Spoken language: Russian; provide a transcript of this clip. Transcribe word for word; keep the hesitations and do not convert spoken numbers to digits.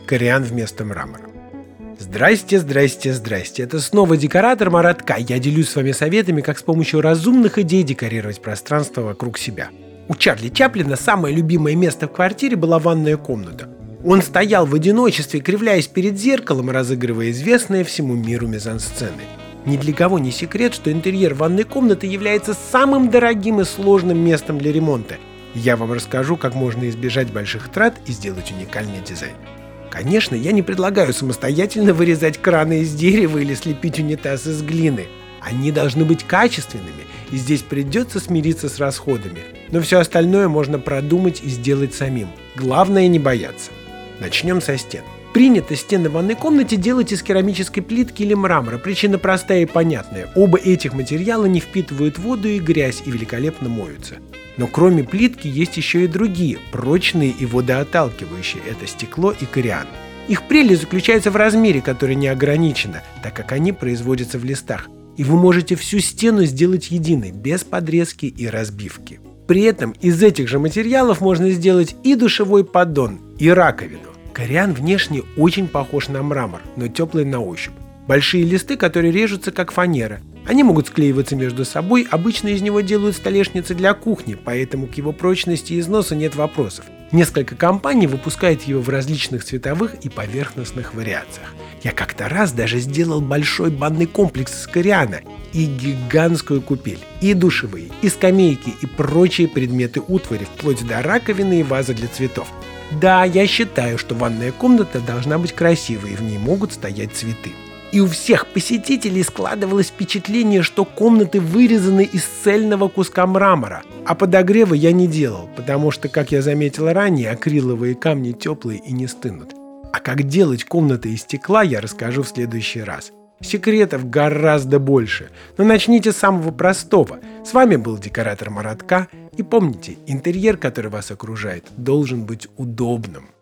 кориан вместо мрамора. Здрасте, здрасте, здрасте. Это снова декоратор Марат К. Я делюсь с вами советами, как с помощью разумных идей декорировать пространство вокруг себя. У Чарли Чаплина самое любимое место в квартире была ванная комната. Он стоял в одиночестве, кривляясь перед зеркалом и разыгрывая известные всему миру мизансцены. Ни для кого не секрет, что интерьер ванной комнаты является самым дорогим и сложным местом для ремонта. Я вам расскажу, как можно избежать больших трат и сделать уникальный дизайн. Конечно, я не предлагаю самостоятельно вырезать краны из дерева или слепить унитаз из глины. Они должны быть качественными, и здесь придется смириться с расходами. Но все остальное можно продумать и сделать самим. Главное не бояться. Начнем со стен. Принято стены в ванной комнате делать из керамической плитки или мрамора. Причина простая и понятная. Оба этих материала не впитывают воду и грязь и великолепно моются. Но кроме плитки есть еще и другие, прочные и водоотталкивающие. Это стекло и кориан. Их прелесть заключается в размере, который не ограничено, так как они производятся в листах. И вы можете всю стену сделать единой, без подрезки и разбивки. При этом из этих же материалов можно сделать и душевой поддон, и раковину. Кориан внешне очень похож на мрамор, но теплый на ощупь. Большие листы, которые режутся как фанера. Они могут склеиваться между собой, обычно из него делают столешницы для кухни, поэтому к его прочности и износу нет вопросов. Несколько компаний выпускают его в различных цветовых и поверхностных вариациях. Я как-то раз даже сделал большой банный комплекс из кориана и гигантскую купель, и душевые, и скамейки, и прочие предметы утвари, вплоть до раковины и вазы для цветов. Да, я считаю, что ванная комната должна быть красивой, и в ней могут стоять цветы. И у всех посетителей складывалось впечатление, что комнаты вырезаны из цельного куска мрамора. А подогрева я не делал, потому что, как я заметил ранее, акриловые камни теплые и не стынут. А как делать комнаты из стекла, я расскажу в следующий раз. Секретов гораздо больше, но начните с самого простого. С вами был декоратор Марат К. И помните, интерьер, который вас окружает, должен быть удобным.